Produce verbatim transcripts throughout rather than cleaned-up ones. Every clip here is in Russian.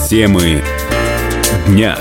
Темы дня.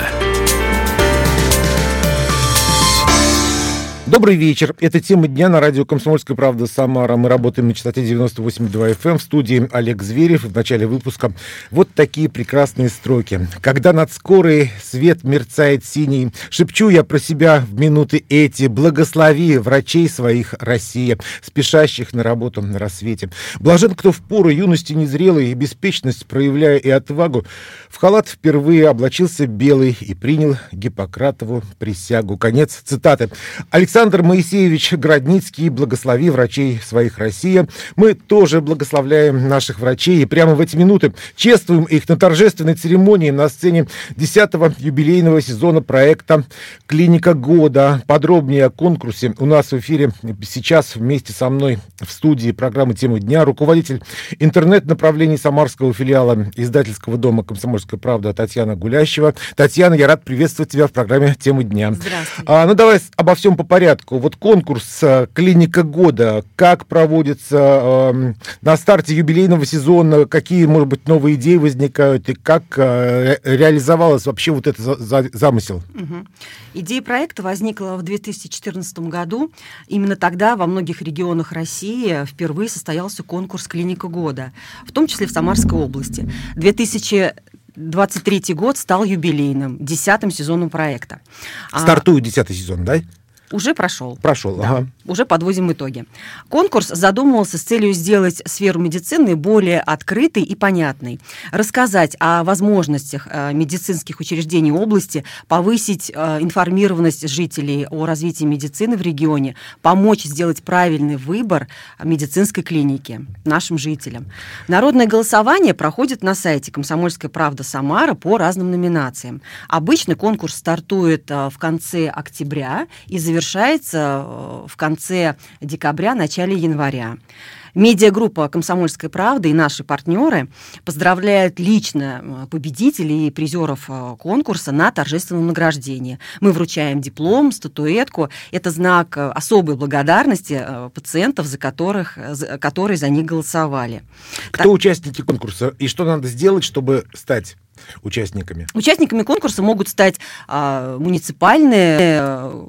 Добрый вечер. Это тема дня на радио «Комсомольская правда» Самара. Мы работаем на частоте девяносто восемь и два эф эм. В студии Олег Зверев. В начале выпуска вот такие прекрасные строки. Когда над скорой свет мерцает синий, шепчу я про себя в минуты эти. Благослови врачей своих, Россия, спешащих на работу на рассвете. Блажен, кто в пору юности незрелой, беспечность проявляя и отвагу, в халат впервые облачился белый и принял Гиппократову присягу. Конец цитаты. Александр Александр Моисеевич Градницкий, благослови врачей своих, Россия. Мы тоже благословляем наших врачей и прямо в эти минуты чествуем их на торжественной церемонии на сцене десятого юбилейного сезона проекта «Клиника года». Подробнее о конкурсе у нас в эфире сейчас вместе со мной в студии программы «Темы дня» руководитель интернет-направлений самарского филиала издательского дома «Комсомольская правда» Татьяна Гулящева. Татьяна, я рад приветствовать тебя в программе «Темы дня». Здравствуйте. А, ну давай обо всем по порядку. Вот конкурс «Клиника года», как проводится э, на старте юбилейного сезона, какие, может быть, новые идеи возникают и как э, реализовалась вообще вот этот за- за- замысел? Угу. Идея проекта возникла в две тысячи четырнадцатом году. Именно тогда во многих регионах России впервые состоялся конкурс «Клиника года», в том числе в Самарской области. две тысячи двадцать третий год стал юбилейным, десятым сезоном проекта. Стартует десятый сезон, да? Уже прошел. Прошел, да, ага. Уже подводим итоги. Конкурс задумывался с целью сделать сферу медицины более открытой и понятной, рассказать о возможностях медицинских учреждений области, повысить информированность жителей о развитии медицины в регионе, помочь сделать правильный выбор медицинской клиники нашим жителям. Народное голосование проходит на сайте «Комсомольская правда Самара» по разным номинациям. Обычно конкурс стартует в конце октября и завершается завершается в конце декабря, начале января. Медиагруппа «Комсомольская правда» и наши партнеры поздравляют лично победителей и призеров конкурса на торжественном награждении. Мы вручаем диплом, статуэтку. Это знак особой благодарности пациентов, за которых, за, которые за них голосовали. Кто так... участники конкурса и что надо сделать, чтобы стать участниками? Участниками конкурса могут стать а, муниципальные,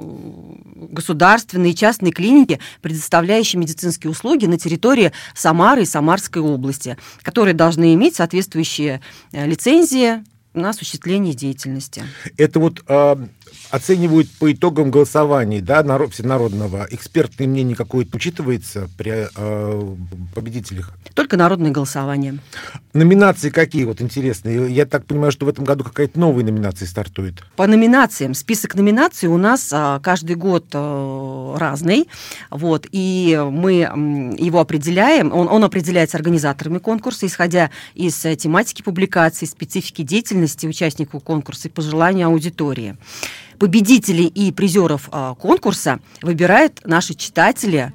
а, государственные и частные клиники, предоставляющие медицинские услуги на территории Самары и Самарской области, которые должны иметь соответствующие а, лицензии на осуществление деятельности. Это вот э, оценивают по итогам голосования, да, народ, всенародного. Экспертное мнение какое-то учитывается при э, победителях? Только народное голосование. Номинации какие, вот интересные? Я так понимаю, что в этом году какая-то новая номинация стартует. По номинациям. Список номинаций у нас а, каждый год а, разный. Вот, и мы м, его определяем. Он, он определяется организаторами конкурса, исходя из а, тематики публикации, специфики деятельности участников конкурса и пожелания аудитории. Победителей и призеров а, конкурса выбирают наши читатели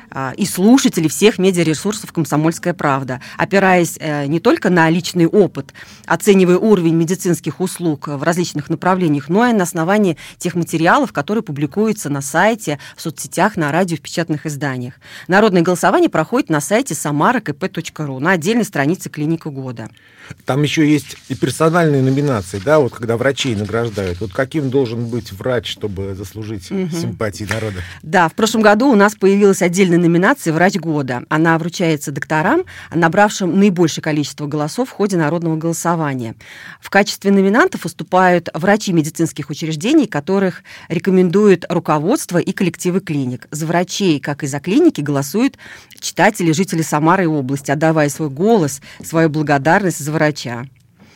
и слушатели всех медиаресурсов «Комсомольская правда», опираясь не только на личный опыт, оценивая уровень медицинских услуг в различных направлениях, но и на основании тех материалов, которые публикуются на сайте, в соцсетях, на радио, в печатных изданиях. Народное голосование проходит на сайте самара кэ пэ точка ру на отдельной странице «Клиника года». Там еще есть и персональные номинации, да, вот когда врачей награждают. Вот каким должен быть врач, чтобы заслужить угу. симпатии народа? Да, в прошлом году у нас появилась отдельная номинация «Врач года». Она вручается докторам, набравшим наибольшее количество голосов в ходе народного голосования. В качестве номинантов выступают врачи медицинских учреждений, которых рекомендует руководство и коллективы клиник. За врачей, как и за клиники, голосуют читатели, жители Самары и области, отдавая свой голос, свою благодарность за врача.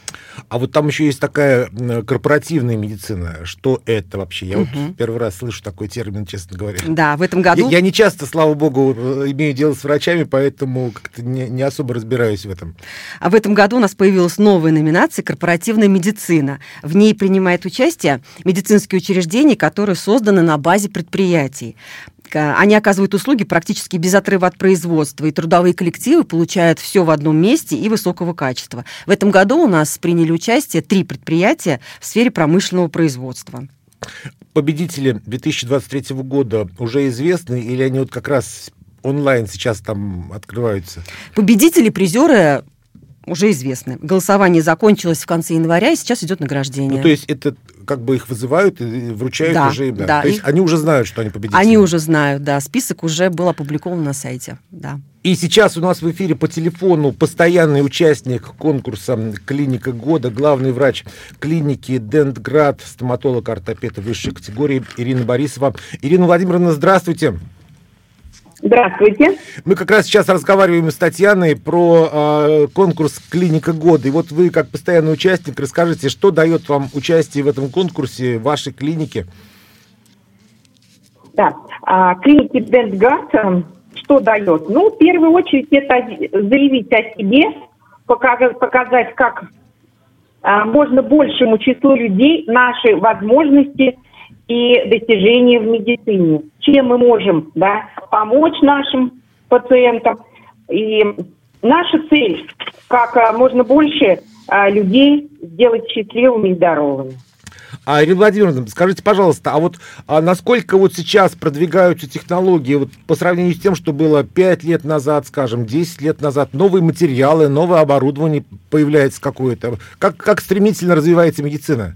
А вот там еще есть такая корпоративная медицина. Что это вообще? Я угу. вот первый раз слышу такой термин, честно говоря. Да, в этом году... Я, я не часто, слава богу, имею дело с врачами, поэтому как-то не, не особо разбираюсь в этом. А в этом году у нас появилась новая номинация «Корпоративная медицина». В ней принимают участие медицинские учреждения, которые созданы на базе предприятий. Они оказывают услуги практически без отрыва от производства, и трудовые коллективы получают все в одном месте и высокого качества. В этом году у нас приняли участие три предприятия в сфере промышленного производства. Победители две тысячи двадцать третьего года уже известны, или они вот как раз онлайн сейчас там открываются? Победители, призеры уже известны. Голосование закончилось в конце января, и сейчас идет награждение. Ну, то есть это как бы их вызывают и вручают да, уже им. Да. Да, то есть их... они уже знают, что они победители. Они уже знают, да. Список уже был опубликован на сайте, да. И сейчас у нас в эфире по телефону постоянный участник конкурса «Клиника года», главный врач клиники «Дентград», стоматолог-ортопед высшей категории Ирина Борисова. Ирина Владимировна, здравствуйте. Здравствуйте. Мы как раз сейчас разговариваем с Татьяной про э, конкурс «Клиника года». И вот вы, как постоянный участник, расскажите, что дает вам участие в этом конкурсе, в вашей клинике? Да, а, клиники Дентград что дает? Ну, в первую очередь, это заявить о себе, показать, показать как а, можно большему числу людей наши возможности и достижения в медицине. Чем мы можем, да, помочь нашим пациентам. И наша цель, как а, можно больше а, людей сделать счастливыми и здоровыми. А, Ирина Владимировна, скажите, пожалуйста, а вот а насколько вот сейчас продвигаются технологии вот по сравнению с тем, что было пять лет назад, скажем, десять лет назад, новые материалы, новое оборудование появляется какое-то? Как, как стремительно развивается медицина?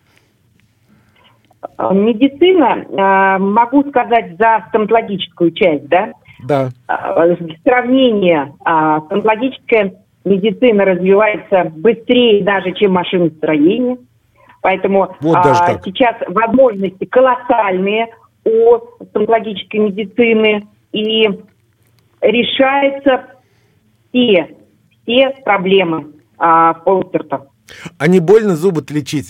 Медицина, могу сказать, за стоматологическую часть, да? Да. Сравнение, стоматологическая медицина развивается быстрее даже, чем машиностроение. Поэтому вот а, сейчас возможности колоссальные у стоматологической медицины, и решаются все, все проблемы а, в полости рта. А не больно зубы-то лечить?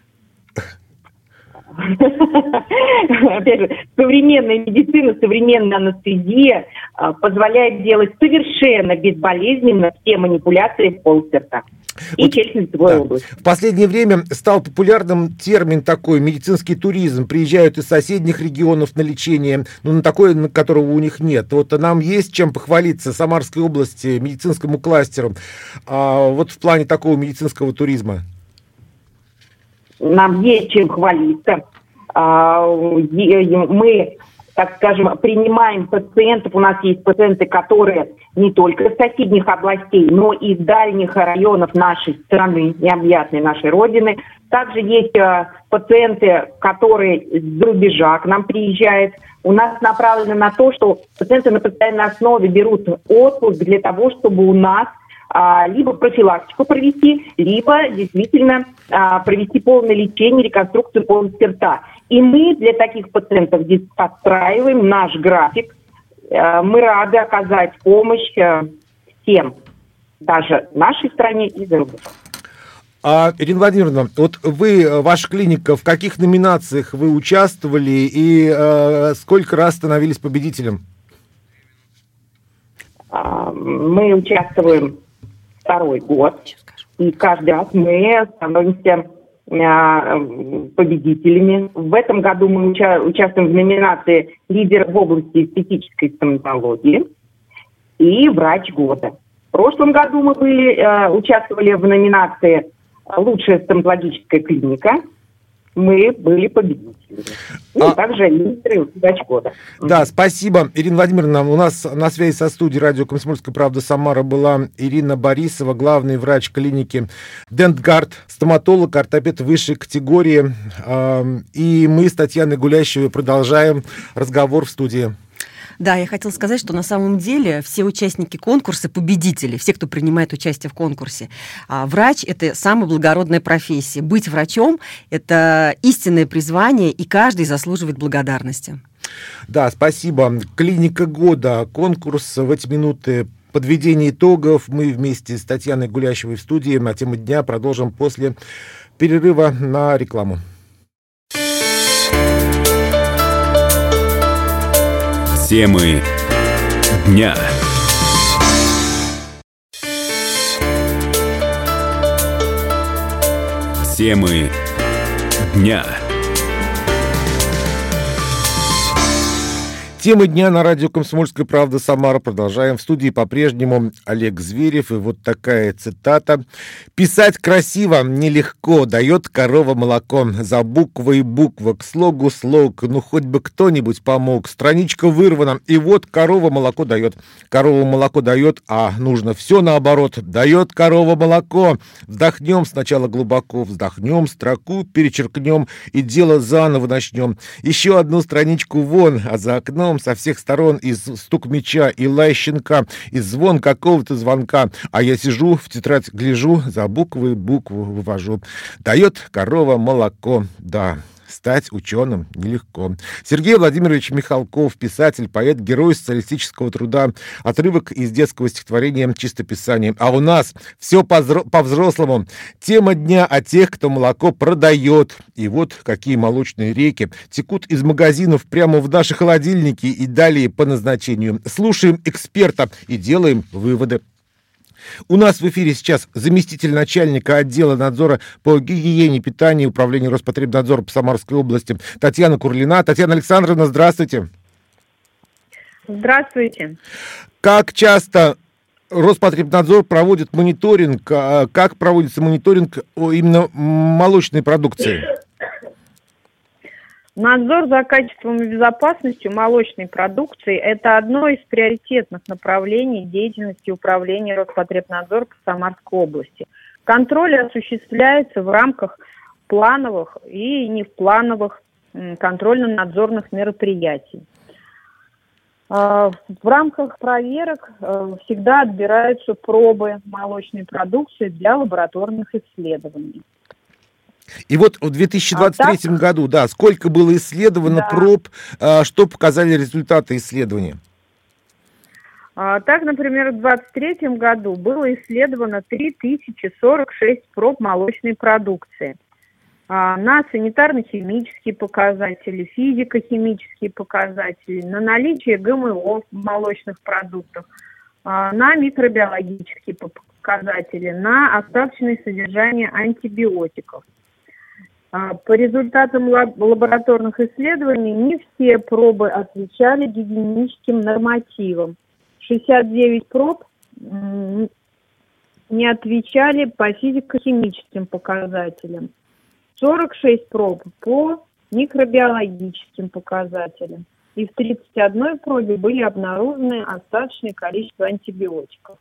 Опять же, современная медицина, современная анестезия а, позволяет делать совершенно безболезненно все манипуляции в полости рта. И вот, челюстно-лицевой да. области. В последнее время стал популярным термин такой медицинский туризм. Приезжают из соседних регионов на лечение, ну, на такое, на которого у них нет. Вот нам есть чем похвалиться Самарской области, медицинскому кластеру, а, вот в плане такого медицинского туризма. Нам есть чем хвалиться. А, мы, так скажем, принимаем пациентов. У нас есть пациенты, которые не только из соседних областей, но и из дальних районов нашей страны, необъятной нашей Родины. Также есть а, пациенты, которые из-за рубежа к нам приезжают. У нас направлено на то, что пациенты на постоянной основе берут отпуск для того, чтобы у нас а, либо профилактику провести, либо действительно а, провести полное лечение, реконструкцию полости рта. И мы для таких пациентов здесь подстраиваем наш график. Мы рады оказать помощь всем, даже в нашей стране и за рубежом. А, Ирина Владимировна, вот вы, ваша клиника, в каких номинациях вы участвовали и э, сколько раз становились победителем? Мы участвуем второй год, и каждый раз мы становимся победителями. В этом году мы уча- участвуем в номинации «Лидер в области эстетической стоматологии» и «Врач года». В прошлом году мы были, э, участвовали в номинации «Лучшая стоматологическая клиника». Мы были победителями. Ну, а... также лидеры «Врач года». Да, спасибо, Ирина Владимировна. У нас на связи со студией радио «Комсомольская правда» Самара была Ирина Борисова, главный врач клиники Дентград, стоматолог, ортопед высшей категории. И мы с Татьяной Гулящевой продолжаем разговор в студии. Да, я хотела сказать, что на самом деле все участники конкурса — победители, все, кто принимает участие в конкурсе. А врач — это самая благородная профессия. Быть врачом — это истинное призвание, и каждый заслуживает благодарности. Да, спасибо. Клиника года, конкурс в эти минуты. Подведение итогов. Мы вместе с Татьяной Гулящевой в студии. А тему дня продолжим после перерыва на рекламу. Темы дня. Темы дня. Тема дня на радио «Комсомольская правда» Самара. Продолжаем. В студии по-прежнему Олег Зверев. И вот такая цитата. «Писать красиво нелегко, дает корова молоко. За буквой буква, к слогу слог. Ну, хоть бы кто-нибудь помог. Страничка вырвана, и вот корова молоко дает. Корова молоко дает, а нужно все наоборот. Дает корова молоко. Вздохнем сначала глубоко, вздохнем, строку перечеркнем, и дело заново начнем. Еще одну страничку вон, а за окном со всех сторон и стук меча, и лай щенка, и звон какого-то звонка. А я сижу, в тетрадь гляжу, за буквы букву вывожу. Дает корова молоко, да». Стать ученым нелегко. Сергей Владимирович Михалков, писатель, поэт, герой социалистического труда. Отрывок из детского стихотворения «Чистописание». А у нас все по-взрослому. Тема дня о тех, кто молоко продает. И вот какие молочные реки текут из магазинов прямо в наши холодильники и далее по назначению. Слушаем эксперта и делаем выводы. У нас в эфире сейчас заместитель начальника отдела надзора по гигиене питания Управления Роспотребнадзора по Самарской области Татьяна Курлина. Татьяна Александровна, здравствуйте. Здравствуйте. Как часто Роспотребнадзор проводит мониторинг, как проводится мониторинг именно молочной продукции? Надзор за качеством и безопасностью молочной продукции – это одно из приоритетных направлений деятельности Управления Роспотребнадзора по Самарской области. Контроль осуществляется в рамках плановых и неплановых контрольно-надзорных мероприятий. В рамках проверок всегда отбираются пробы молочной продукции для лабораторных исследований. И вот в две тысячи двадцать третьем а так, году, да, сколько было исследовано да. проб, что показали результаты исследования? А, так, например, в двадцать третьем году было исследовано три тысячи сорок шесть проб молочной продукции а, на санитарно-химические показатели, физико-химические показатели, на наличие ГМО в молочных продуктах, а, на микробиологические показатели, на остаточное содержание антибиотиков. По результатам лабораторных исследований не все пробы отвечали гигиеническим нормативам. шестьдесят девять проб не отвечали по физико-химическим показателям. сорок шесть проб по микробиологическим показателям. И в тридцать одной пробе были обнаружены остаточное количество антибиотиков.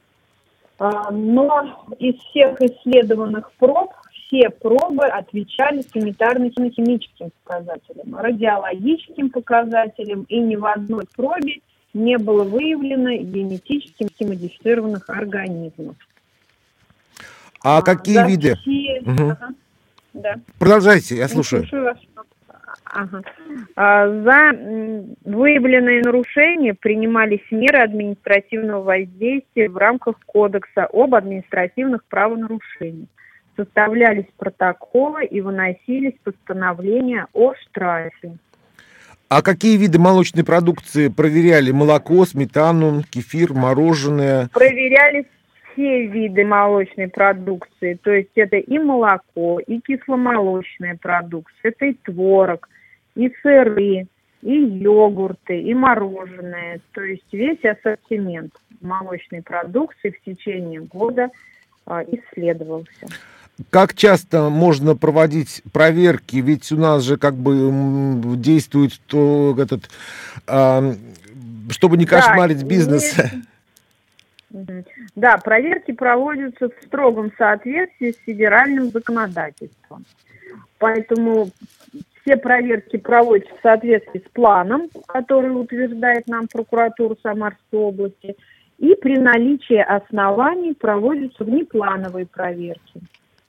Но из всех исследованных проб все пробы отвечали санитарно-химическим показателям, радиологическим показателям, и ни в одной пробе не было выявлено генетически модифицированных организмов. А, а какие виды? Все... Угу. Ага. Да. Продолжайте, я слушаю. Я слушаю вас. Ага. А, за выявленные нарушения принимались меры административного воздействия в рамках Кодекса об административных правонарушениях. Составлялись протоколы и выносились постановления о штрафе. А какие виды молочной продукции проверяли? Молоко, сметану, кефир, мороженое? Проверялись все виды молочной продукции. То есть это и молоко, и кисломолочная продукция, это и творог, и сыры, и йогурты, и мороженое. То есть весь ассортимент молочной продукции в течение года а, исследовался. Как часто можно проводить проверки? Ведь у нас же как бы действует то, этот, а, чтобы не кошмарить да, бизнес. Не... Да, проверки проводятся в строгом соответствии с федеральным законодательством. Поэтому все проверки проводятся в соответствии с планом, который утверждает нам прокуратура Самарской области, и при наличии оснований проводятся внеплановые проверки.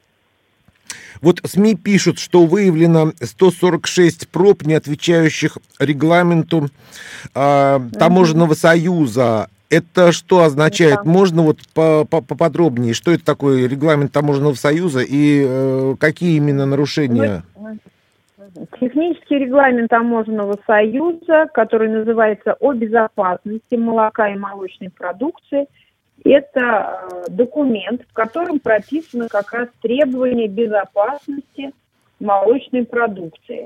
Вот СМИ пишут, что выявлено сто сорок шесть проб, не отвечающих регламенту э, таможенного союза. Это что означает? Да. Можно вот поподробнее, что это такое регламент таможенного союза и э, какие именно нарушения? Технический регламент таможенного союза, который называется «О безопасности молока и молочной продукции», это документ, в котором прописаны как раз требования безопасности молочной продукции.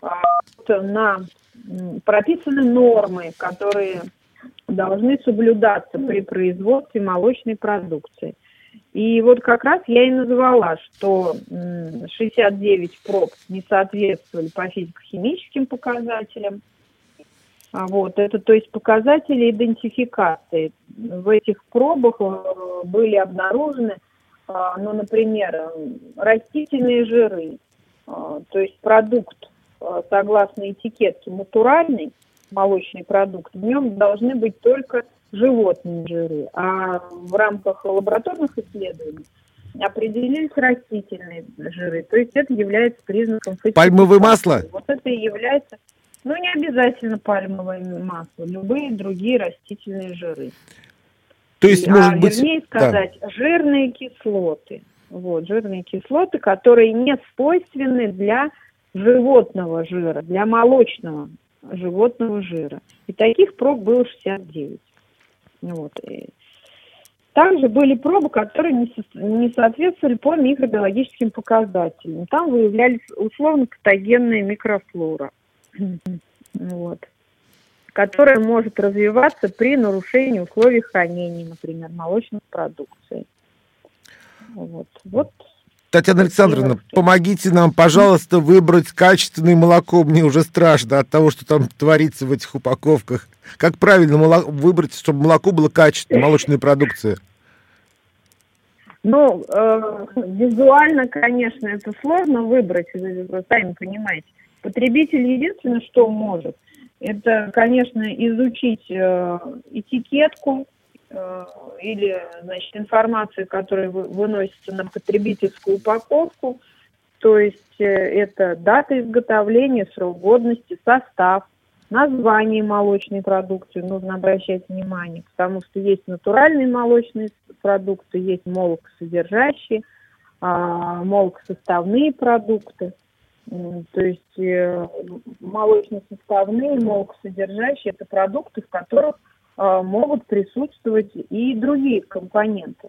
на прописаны нормы, которые должны соблюдаться при производстве молочной продукции. И вот как раз я и назвала, что шестьдесят девять проб не соответствовали по физико-химическим показателям. Вот, это, то есть, показатели идентификации. В этих пробах были обнаружены, ну, например, растительные жиры. То есть продукт, согласно этикетке, натуральный молочный продукт, в нем должны быть только животные жиры, а в рамках лабораторных исследований определились растительные жиры. То есть это является признаком фальсификации. Пальмовое масло? Вот это и является, ну, не обязательно пальмовое масло, любые другие растительные жиры. То есть, и, может а, быть... Вернее сказать, да. жирные кислоты. Вот, жирные кислоты, которые не свойственны для животного жира, для молочного животного жира. И таких проб было шестьдесят девять. Вот. И также были пробы, которые не, со, не соответствовали по микробиологическим показателям. Там выявлялись условно-патогенная микрофлора, вот, которая может развиваться при нарушении условий хранения, например, молочной продукции. Вот. Вот. Татьяна Александровна, помогите нам, пожалуйста, выбрать качественное молоко. Мне уже страшно от того, что там творится в этих упаковках. Как правильно молоко выбрать, чтобы молоко было качественной, молочная продукция? Ну, э, визуально, конечно, это сложно выбрать, вы, вы сами понимаете. Потребитель единственное, что может, это, конечно, изучить э, этикетку, или, значит, информацию, которая выносится на потребительскую упаковку, то есть это дата изготовления, срок годности, состав, название молочной продукции, нужно обращать внимание, потому что есть натуральные молочные продукты, есть молокосодержащие, молокосоставные продукты, то есть молочно-составные, молокосодержащие – это продукты, в которых могут присутствовать и другие компоненты,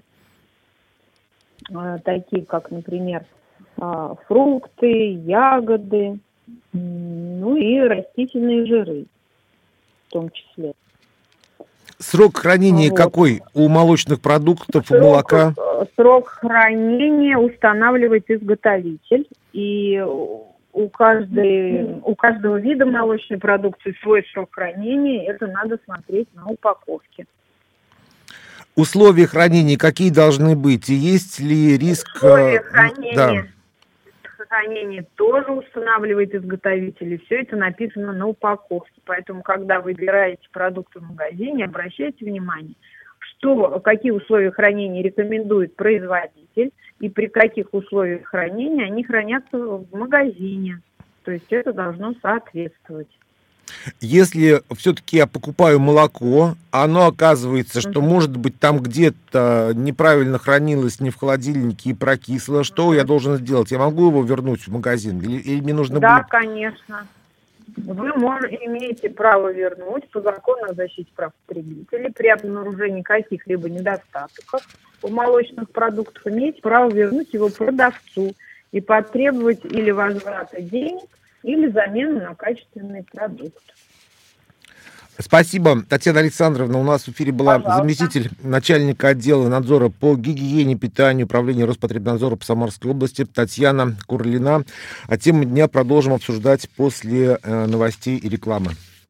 такие как, например, фрукты, ягоды, ну и растительные жиры в том числе. Срок хранения вот. Какой у молочных продуктов, срок, у молока? Срок хранения устанавливает изготовитель, и у, каждой, у каждого вида молочной продукции свой срок хранения, это надо смотреть на упаковке. Условия хранения какие должны быть? И есть ли риск... Условия хранения, да. хранения тоже устанавливает изготовитель, и все это написано на упаковке. Поэтому, когда выбираете продукты в магазине, обращайте внимание, что, какие условия хранения рекомендует производитель, и при каких условиях хранения они хранятся в магазине. То есть это должно соответствовать. Если все-таки я покупаю молоко, оно оказывается, что, uh-huh. может быть, там где-то неправильно хранилось, не в холодильнике и прокисло, что uh-huh. я должен сделать? Я могу его вернуть в магазин? Или, или мне нужно да, будет... конечно. Вы можете, имеете право вернуть по закону о защите прав потребителей при обнаружении каких-либо недостатков в молочных продуктах, имеете право вернуть его продавцу и потребовать или возврата денег, или замену на качественный продукт. Спасибо, Татьяна Александровна. У нас в эфире была Пожалуйста. Заместитель начальника отдела надзора по гигиене, питанию, управления Роспотребнадзора по Самарской области Татьяна Курлина. А тему дня продолжим обсуждать после э, новостей и рекламы.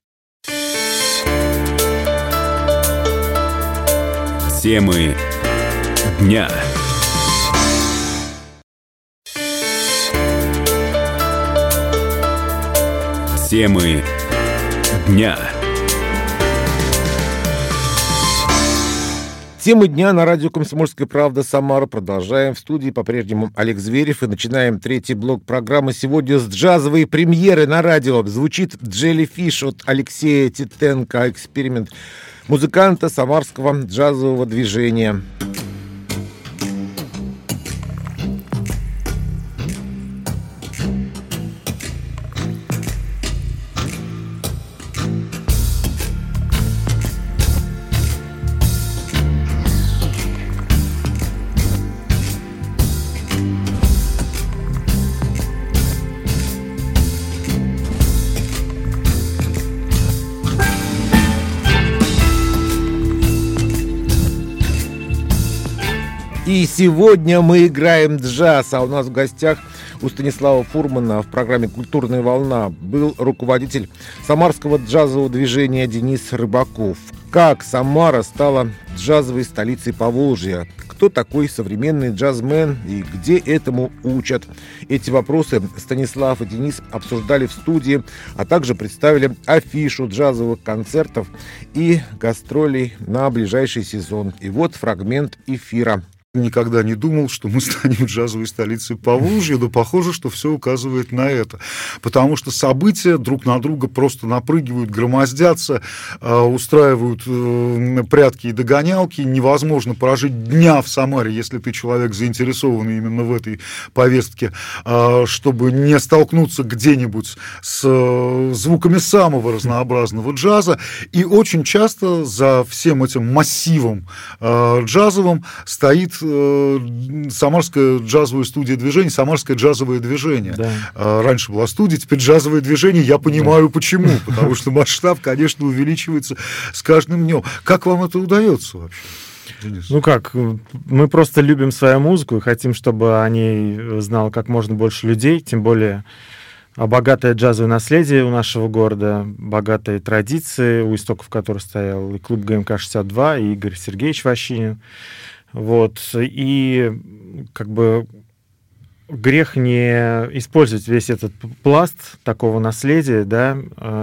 Темы дня. Темы дня. Темы дня на радио «Комсомольская правда» Самара. Продолжаем. В студии по-прежнему Олег Зверев. И начинаем третий блок программы. Сегодня с джазовой премьеры на радио. Звучит «Jellyfish» от Алексея Титенко. Эксперимент музыканта самарского джазового движения. И сегодня мы играем джаз, а у нас в гостях у Станислава Фурмана в программе «Культурная волна» был руководитель самарского джазового движения Денис Рыбаков. Как Самара стала джазовой столицей Поволжья? Кто такой современный джазмен и где этому учат? Эти вопросы Станислав и Денис обсуждали в студии, а также представили афишу джазовых концертов и гастролей на ближайший сезон. И вот фрагмент эфира. Никогда не думал, что мы станем джазовой столицей Поволжья, но похоже, что все указывает на это. Потому что события друг на друга просто напрыгивают, громоздятся, устраивают прятки и догонялки. Невозможно прожить дня в Самаре, если ты человек, заинтересованный именно в этой повестке, чтобы не столкнуться где-нибудь с звуками самого разнообразного джаза. И очень часто за всем этим массивом джазовым стоит Самарская джазовая студия движения, Самарское джазовое движение. Да. Раньше была студия, теперь джазовое движение. Я понимаю, да. почему. Потому что масштаб, конечно, увеличивается с каждым днем. Как вам это удается вообще, Денис? Ну как, мы просто любим свою музыку и хотим, чтобы о ней знало как можно больше людей, тем более богатое джазовое наследие у нашего города, богатые традиции, у истоков которых стоял и клуб ГМК шестьдесят два, и Игорь Сергеевич Ващинин. Вот, и как бы грех не использовать весь этот пласт такого наследия, да,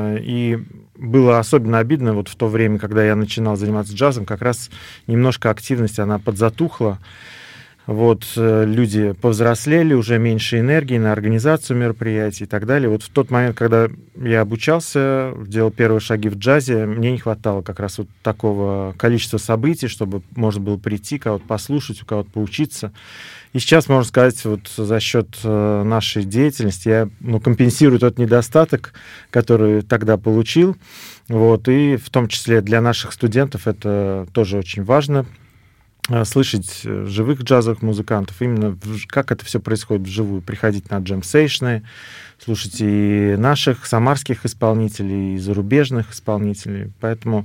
и было особенно обидно вот в то время, когда я начинал заниматься джазом, как раз немножко активность, она подзатухла. Вот, люди повзрослели, уже меньше энергии на организацию мероприятий и так далее. Вот в тот момент, когда я обучался, делал первые шаги в джазе, мне не хватало как раз вот такого количества событий, чтобы можно было прийти, кого-то послушать, у кого-то поучиться. И сейчас, можно сказать, вот за счет нашей деятельности я ну, компенсирую тот недостаток, который тогда получил. Вот, и в том числе для наших студентов это тоже очень важно. Слышать живых джазовых музыкантов, именно как это все происходит вживую, приходить на джем-сейшны, слушать и наших самарских исполнителей, и зарубежных исполнителей. Поэтому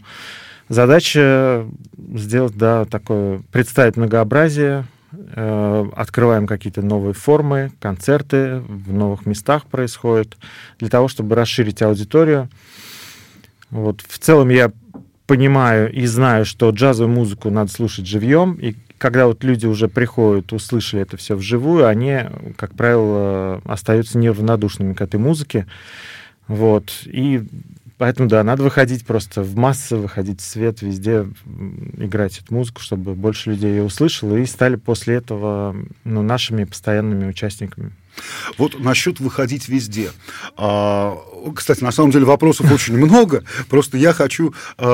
задача сделать, да, такое, представить многообразие, э, открываем какие-то новые формы, концерты в новых местах происходят, для того, чтобы расширить аудиторию. Вот. В целом я понимаю и знаю, что джазовую музыку надо слушать живьем, и когда вот люди уже приходят, услышали это все вживую, они, как правило, остаются неравнодушными к этой музыке. Вот. И поэтому, да, надо выходить просто в массы, выходить в свет, везде играть эту музыку, чтобы больше людей ее услышало, и стали после этого ну, нашими постоянными участниками. Вот насчет выходить везде. А, кстати, на самом деле вопросов очень много. Просто я хочу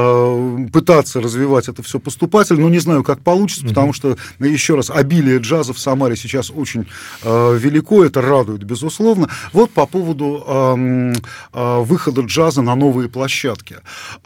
а, пытаться развивать это все поступательно, но не знаю, как получится, mm-hmm. потому что, еще раз, обилие джаза в Самаре сейчас очень а, велико, это радует, безусловно. Вот по поводу а, а, выхода джаза на новые площадки.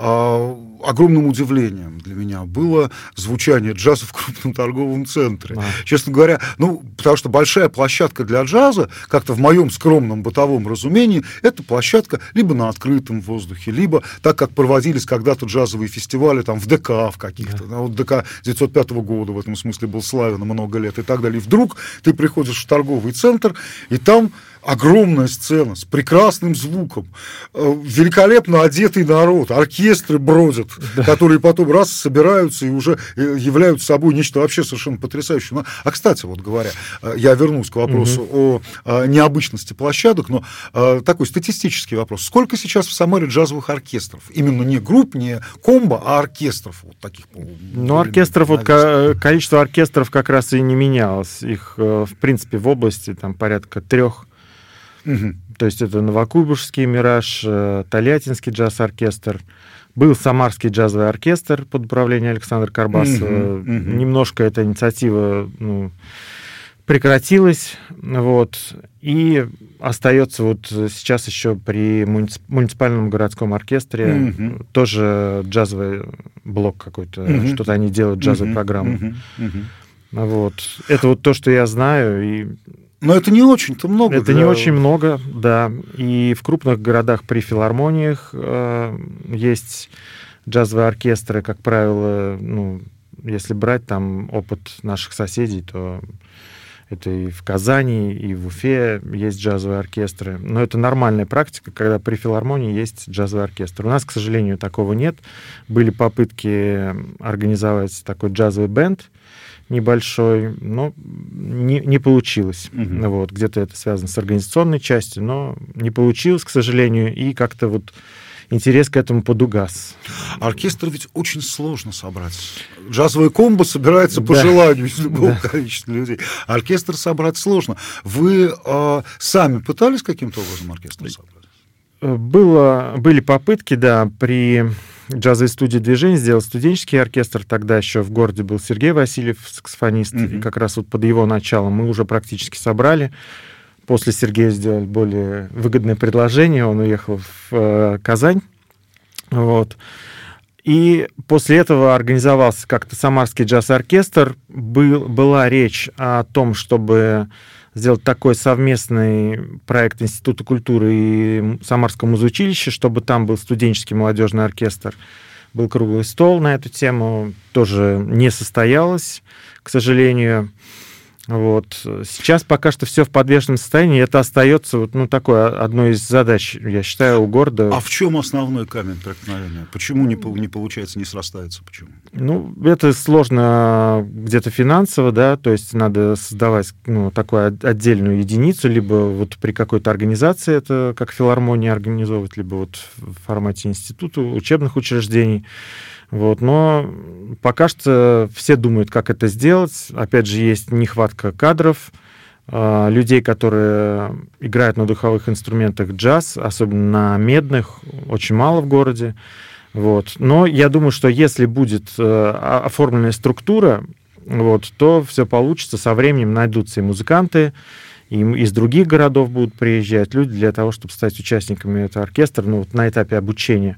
А, огромным удивлением для меня было звучание джаза в крупном торговом центре. Ah. Честно говоря, ну, потому что большая площадка для джаза, как-то в моем скромном бытовом разумении, это площадка либо на открытом воздухе, либо так, как проводились когда-то джазовые фестивали там, в ДК в каких-то. Да. Вот ДК девятьсот пятого года в этом смысле был славен много лет и так далее. И вдруг ты приходишь в торговый центр, и там огромная сцена с прекрасным звуком, великолепно одетый народ, оркестры бродят, да. которые потом раз собираются и уже являются собой нечто вообще совершенно потрясающее. А, кстати, вот говоря, я вернусь к вопросу угу. о необычности площадок, но такой статистический вопрос. Сколько сейчас в Самаре джазовых оркестров? Именно не групп, не комбо, а оркестров. Вот таких. Ну, оркестров, вот количество оркестров как раз и не менялось. Их, в принципе, в области там порядка трех. Угу. То есть это Новокуйбышевский «Мираж», Тольяттинский джаз-оркестр, был Самарский джазовый оркестр под управлением Александра Карбасова. Угу, угу. Немножко эта инициатива ну, прекратилась, вот, и остается вот сейчас еще при муниципальном городском оркестре угу. тоже джазовый блок какой-то, угу. что-то они делают, джазовую угу, программу. Угу, угу. Вот. Это вот то, что я знаю, и но это не очень-то много. Это для... не очень много, да. И в крупных городах при филармониях э, есть джазовые оркестры, как правило, ну, если брать там опыт наших соседей, то это и в Казани, и в Уфе есть джазовые оркестры. Но это нормальная практика, когда при филармонии есть джазовый оркестр. У нас, к сожалению, такого нет. Были попытки организовать такой джазовый бенд небольшой, но не, не получилось. Mm-hmm. Вот, где-то это связано с организационной частью, но не получилось, к сожалению, и как-то вот интерес к этому подугас. Оркестр ведь очень сложно собрать. Джазовая комбо собирается по да. желанию из любого да. количества людей. Оркестр собрать сложно. Вы э, сами пытались каким-то образом оркестр собрать? Было, были попытки, да, при джазовой студии «Движение» сделать студенческий оркестр. Тогда еще в городе был Сергей Васильев, саксофонист, mm-hmm. и как раз вот под его началом мы уже практически собрали. После Сергея сделали более выгодное предложение, он уехал в э, Казань. Вот. И после этого организовался как-то Самарский джаз-оркестр. Был, была речь о том, чтобы сделать такой совместный проект Института культуры и Самарского музучилища, чтобы там был студенческий молодежный оркестр. Был круглый стол на эту тему, тоже не состоялось, к сожалению. Вот. Сейчас пока что все в подвешенном состоянии, это остается вот, ну, такой одной из задач, я считаю, у города. А в чем основной камень преткновения? Почему не, не получается, не срастается? Почему? Ну, это сложно где-то финансово, да, то есть надо создавать, ну, такую отдельную единицу, либо вот при какой-то организации это как филармония организовывать, либо вот в формате института, учебных учреждений. Вот, но пока что все думают, как это сделать. Опять же, есть нехватка кадров, э, людей, которые играют на духовых инструментах джаз, особенно на медных, очень мало в городе. Вот. Но я думаю, что если будет э, оформленная структура, вот, то все получится. Со временем найдутся и музыканты, и из других городов будут приезжать люди для того, чтобы стать участниками этого оркестра, ну, вот на этапе обучения.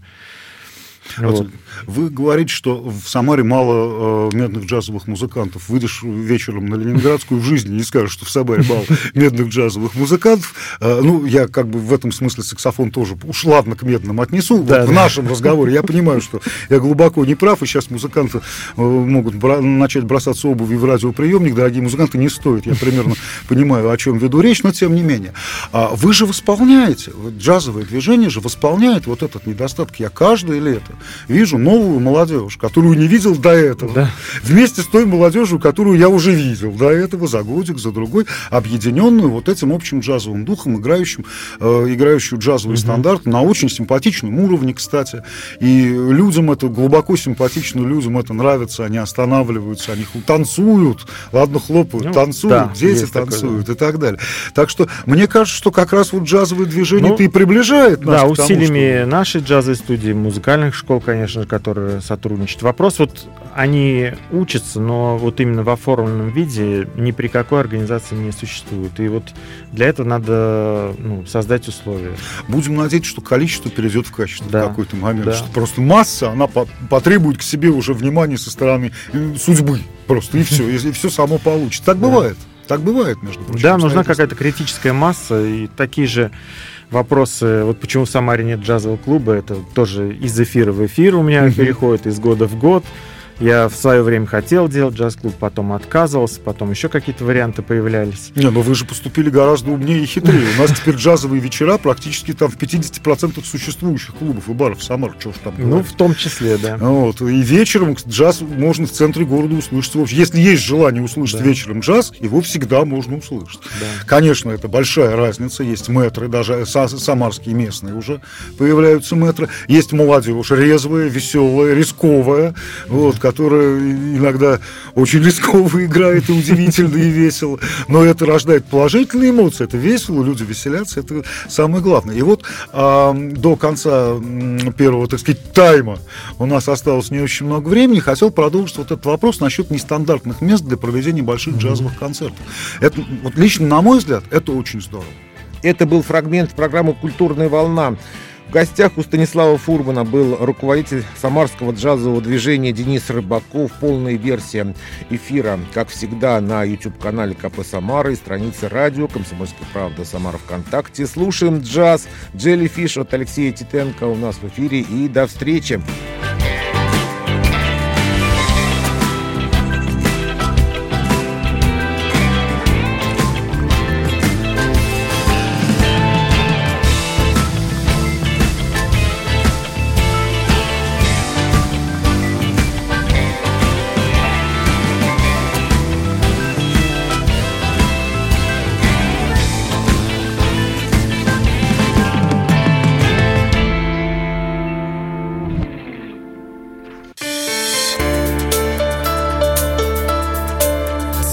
Вот. Вот. Вы говорите, что в Самаре мало э, медных джазовых музыкантов. Выйдешь вечером на Ленинградскую, в жизни не скажешь, что в Самаре мало медных джазовых музыкантов. Э, ну, я как бы в этом смысле саксофон тоже уж ладно к медным отнесу. Да, вот да. В нашем разговоре я понимаю, что я глубоко не прав, и сейчас музыканты э, могут бра- начать бросаться обувью в радиоприемник. Дорогие музыканты, не стоит. Я примерно понимаю, о чем веду речь, но тем не менее. А вы же восполняете, вот джазовое движение же восполняет вот этот недостаток. Я каждое лето вижу новую молодежь, которую не видел до этого, да. Вместе с той молодежью, которую я уже видел до этого, за годик, за другой, объединенную вот этим общим джазовым духом, играющим, э, играющую джазовый угу. стандарт на очень симпатичном уровне, кстати. И людям это глубоко симпатично, людям это нравится, они останавливаются, они танцуют, ладно, хлопают, ну, танцуют, да, дети танцуют такое, да. И так далее. Так что мне кажется, что как раз вот джазовое движение ну, и приближает нас да, к тому, усилиями что... нашей джазовой студии, музыкальных школ, конечно, которые сотрудничают. Вопрос, вот они учатся, но вот именно в оформленном виде ни при какой организации не существует. И вот для этого надо ну, создать условия. Будем надеяться, что количество перейдет в качество да. в какой-то момент. Да. Что просто масса, она по- потребует к себе уже внимания со стороны судьбы. Просто и все, и все само получится. Так бывает. Так бывает, между прочим. Да, нужна какая-то критическая масса, и такие же вопросы, вот почему в Самаре нет джазового клуба, это тоже из эфира в эфир у меня переходит, из года в год. Я в свое время хотел делать джаз-клуб, потом отказывался, потом еще какие-то варианты появлялись. Не, но вы же поступили гораздо умнее и хитрее. У нас теперь джазовые вечера практически там в пятьдесят процентов существующих клубов и баров в Самаре. Чего ж там говорить? Ну, в том числе, да. Вот. И вечером джаз можно в центре города услышать. Если есть желание услышать да. вечером джаз, его всегда можно услышать. Да. Конечно, это большая разница. Есть мэтры, даже самарские местные уже появляются мэтры. Есть молодежь резвая, веселая, рисковая, вот, которая иногда очень рисково играет и удивительно, и весело. Но это рождает положительные эмоции, это весело, люди веселятся, это самое главное. И вот а, до конца первого, так сказать, тайма у нас осталось не очень много времени. Хотел продолжить вот этот вопрос насчет нестандартных мест для проведения больших джазовых концертов. Это, вот лично, на мой взгляд, это очень здорово. Это был фрагмент программы «Культурная волна». В гостях у Станислава Фурмана был руководитель самарского джазового движения Денис Рыбаков. Полная версия эфира, как всегда, на YouTube-канале ка пэ Самары и странице радио «Комсомольская правда» Самара ВКонтакте. Слушаем джаз. «Джеллифиш» от Алексея Титенко у нас в эфире. И до встречи!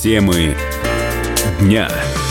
Темы дня.